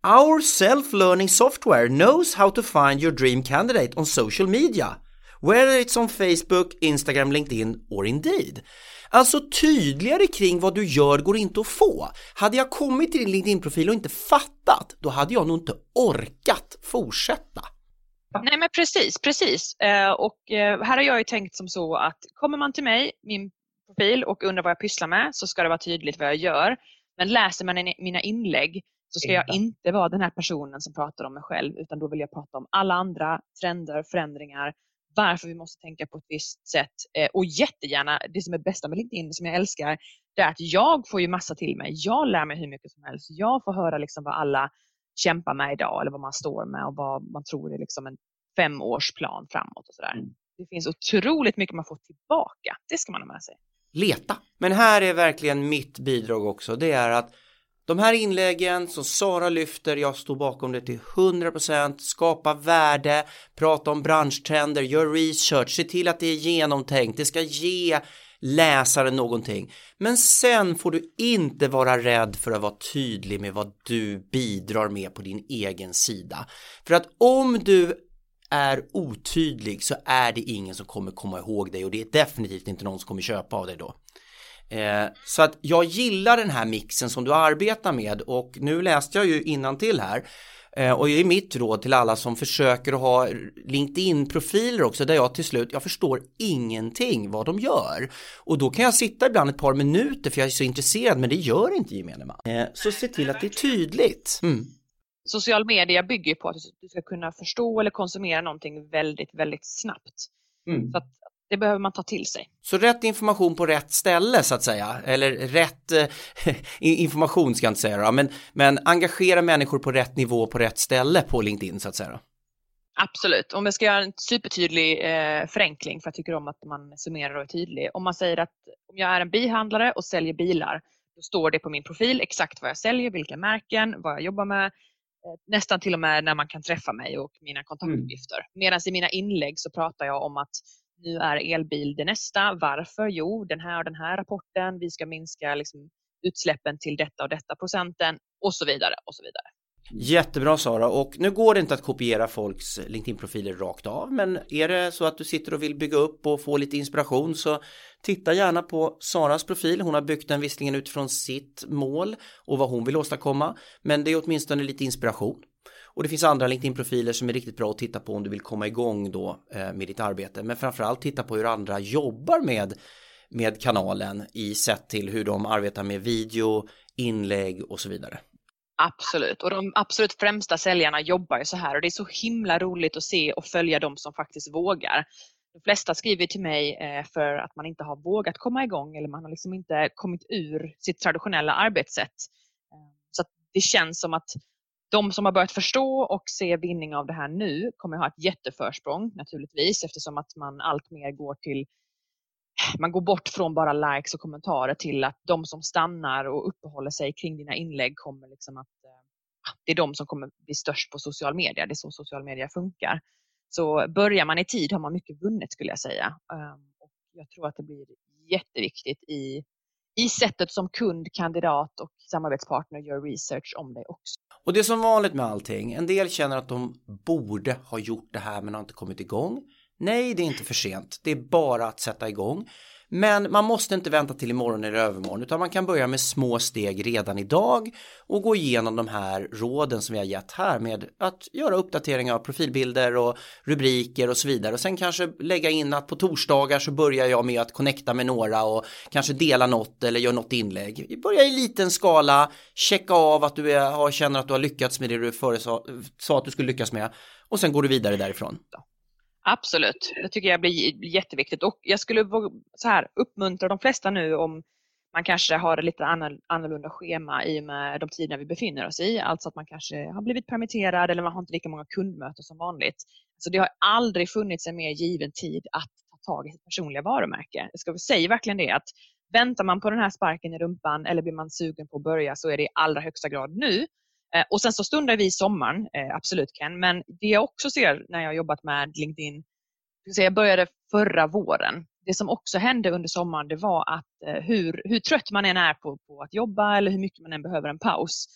Our self-learning software knows how to find your dream candidate on social media, whether it's on Facebook, Instagram, LinkedIn or Indeed. Alltså tydligare kring vad du gör går inte att få. Hade jag kommit till din LinkedIn-profil och inte fattat, då hade jag nog inte orkat fortsätta. Nej men precis, precis. Eh, och eh, här har jag ju tänkt som så att kommer man till mig, min profil, och undrar vad jag pysslar med, så ska det vara tydligt vad jag gör. Men läser man in, mina inlägg så ska jag inte vara den här personen som pratar om mig själv, utan då vill jag prata om alla andra trender, förändringar, varför vi måste tänka på ett visst sätt. Eh, och jättegärna, det som är bästa med LinkedIn, som jag älskar, det är att jag får ju massa till mig. Jag lär mig hur mycket som helst. Jag får höra liksom vad alla kämpar med idag, eller vad man står med och vad man tror är liksom en femårsplan framåt och sådär. Det finns otroligt mycket man får tillbaka. Det ska man ha med sig. Leta. Men här är verkligen mitt bidrag också. Det är att de här inläggen som Sara lyfter, jag står bakom det till hundra procent, skapa värde, prata om branschtrender, gör research, se till att det är genomtänkt, det ska ge läsaren någonting. Men sen får du inte vara rädd för att vara tydlig med vad du bidrar med på din egen sida. För att om du är otydlig så är det ingen som kommer komma ihåg dig, och det är definitivt inte någon som kommer köpa av dig då. Eh, så att jag gillar den här mixen som du arbetar med, och nu läste jag ju innantill här, eh, och det är mitt råd till alla som försöker att ha LinkedIn-profiler också, där jag till slut, jag förstår ingenting vad de gör, och då kan jag sitta ibland ett par minuter för jag är så intresserad, men det gör inte gemene man. Eh, så se till att det är tydligt. Mm. Social media bygger på att du ska kunna förstå eller konsumera någonting väldigt, väldigt snabbt. Mm. Så att det behöver man ta till sig. Så rätt information på rätt ställe så att säga, eller rätt eh, information ska jag inte säga då, men, men engagera människor på rätt nivå på rätt ställe på LinkedIn så att säga då. Absolut. Om jag ska göra en supertydlig eh, förenkling, för jag tycker om att man summerar och är tydlig. Om man säger att om jag är en bilhandlare och säljer bilar, då står det på min profil exakt vad jag säljer, vilka märken, vad jag jobbar med, eh, nästan till och med när man kan träffa mig och mina kontaktuppgifter. Mm. Medan i mina inlägg så pratar jag om att nu är elbil det nästa. Varför? Jo, den här och den här rapporten. Vi ska minska liksom utsläppen till detta och detta procenten och så vidare och så vidare. Jättebra Sara, och nu går det inte att kopiera folks LinkedIn-profiler rakt av, men är det så att du sitter och vill bygga upp och få lite inspiration, så titta gärna på Saras profil. Hon har byggt den visserligen utifrån sitt mål och vad hon vill åstadkomma, men det är åtminstone lite inspiration. Och det finns andra LinkedIn-profiler som är riktigt bra att titta på om du vill komma igång då eh, med ditt arbete. Men framförallt titta på hur andra jobbar med, med kanalen i sätt till hur de arbetar med video, inlägg och så vidare. Absolut, och de absolut främsta säljarna jobbar ju så här, och det är så himla roligt att se och följa dem som faktiskt vågar. De flesta skriver till mig eh, för att man inte har vågat komma igång, eller man har liksom inte kommit ur sitt traditionella arbetssätt. Eh, så att det känns som att de som har börjat förstå och se vinning av det här nu kommer ha ett jätteförsprång naturligtvis, eftersom att man allt mer går till, man går bort från bara likes och kommentarer till att de som stannar och uppehåller sig kring dina inlägg kommer liksom att, det är de som kommer bli störst på social media. Det är så social media funkar. Så börjar man i tid har man mycket vunnet, skulle jag säga. Och jag tror att det blir jätteviktigt i, i sättet som kund, kandidat och samarbetspartner gör research om det också. Och det är som vanligt med allting. En del känner att de borde ha gjort det här men har inte kommit igång. Nej, det är inte för sent. Det är bara att sätta igång. Men man måste inte vänta till imorgon eller övermorgon, utan man kan börja med små steg redan idag och gå igenom de här råden som vi har gett här med att göra uppdateringar av profilbilder och rubriker och så vidare. Och sen kanske lägga in att på torsdagar så börjar jag med att connecta med några och kanske dela något eller göra något inlägg. Börja i liten skala, checka av att du är, har, känner att du har lyckats med det du föresa, sa att du skulle lyckas med, och sen går du vidare därifrån. Absolut, det tycker jag blir jätteviktigt, och jag skulle så här uppmuntra de flesta nu, om man kanske har ett lite annorlunda schema i och med de tiderna vi befinner oss i, alltså att man kanske har blivit permitterad eller man har inte lika många kundmöten som vanligt. Så det har aldrig funnits en mer given tid att ta tag i sitt personliga varumärke. Jag ska säga verkligen det, att väntar man på den här sparken i rumpan eller blir man sugen på att börja, så är det i allra högsta grad nu. Och sen så stundar vi i sommaren, absolut Ken, men det jag också ser när jag har jobbat med LinkedIn, jag började förra våren. Det som också hände under sommaren, det var att hur, hur trött man än är på, på att jobba eller hur mycket man än behöver en paus,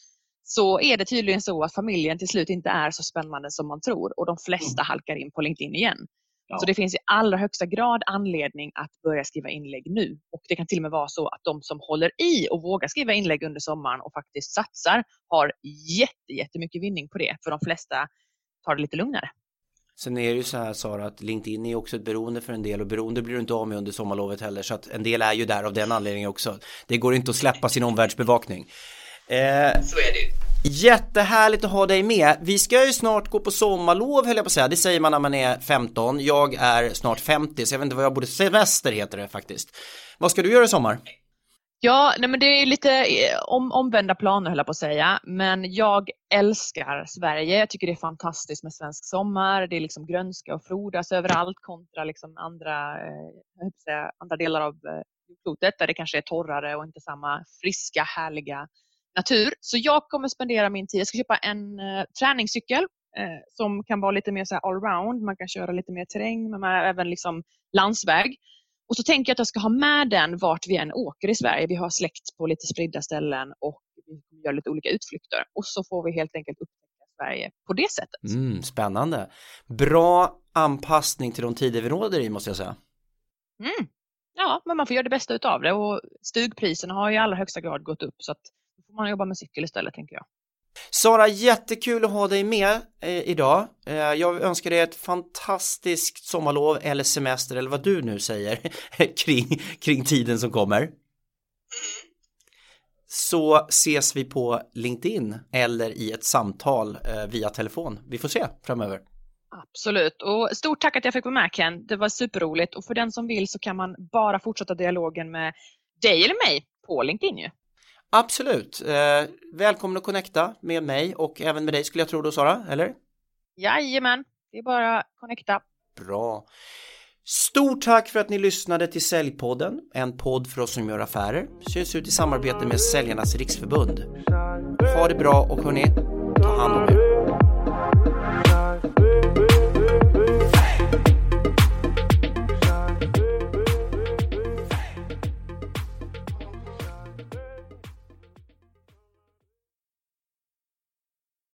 så är det tydligen så att familjen till slut inte är så spännande som man tror och de flesta mm. halkar in på LinkedIn igen. Ja. Så det finns i allra högsta grad anledning att börja skriva inlägg nu. Och det kan till och med vara så att de som håller i och vågar skriva inlägg under sommaren och faktiskt satsar har jätte, jättemycket vinning på det. För de flesta tar det lite lugnare. Sen är det ju så här, Sara, att LinkedIn är också ett beroende för en del och beroende blir du inte av med under sommarlovet heller, så att en del är ju där av den anledningen också. Det går inte att släppa sin omvärldsbevakning. Eh, så är det ju. Jättehärligt att ha dig med. Vi ska ju snart gå på sommarlov, höll jag på att säga. Det säger man när man är femton. Jag är snart femtio, så jag vet inte vad jag borde... Semester heter det faktiskt. Vad ska du göra i sommar? Ja, nej men det är lite om, omvända planer, höll jag på att säga. Men jag älskar Sverige. Jag tycker det är fantastiskt med svensk sommar. Det är liksom grönska och frodas överallt kontra liksom andra, eh, säga, andra delar av jordklotet där det kanske är torrare och inte samma friska, härliga natur. Så jag kommer spendera min tid. Jag ska köpa en eh, träningscykel eh, som kan vara lite mer så här allround. Man kan köra lite mer terräng, men man har även liksom landsväg. Och så tänker jag att jag ska ha med den vart vi än åker i Sverige. Vi har släkt på lite spridda ställen och vi gör lite olika utflykter. Och så får vi helt enkelt upptäcka Sverige på det sättet. Mm, spännande. Bra anpassning till de tider vi råder i, måste jag säga. Mm. Ja, men man får göra det bästa utav det. Och stugpriserna har i allra högsta grad gått upp, så att då får man jobba med cykel istället, tänker jag. Sara, jättekul att ha dig med eh, idag. Eh, jag önskar dig ett fantastiskt sommarlov eller semester eller vad du nu säger kring, kring tiden som kommer. Mm. Så ses vi på LinkedIn eller i ett samtal eh, via telefon. Vi får se framöver. Absolut, och stort tack att jag fick vara med, Ken. Det var superroligt, och för den som vill så kan man bara fortsätta dialogen med dig eller mig på LinkedIn ju. Absolut. Eh, välkommen att connecta med mig och även med dig, skulle jag tro då, Sara, eller? Jajamän, det är bara att connecta. Bra. Stort tack för att ni lyssnade till Säljpodden, en podd för oss som gör affärer. Syns ut i samarbete med Säljarnas riksförbund. Ha det bra och hörni, ta hand om er.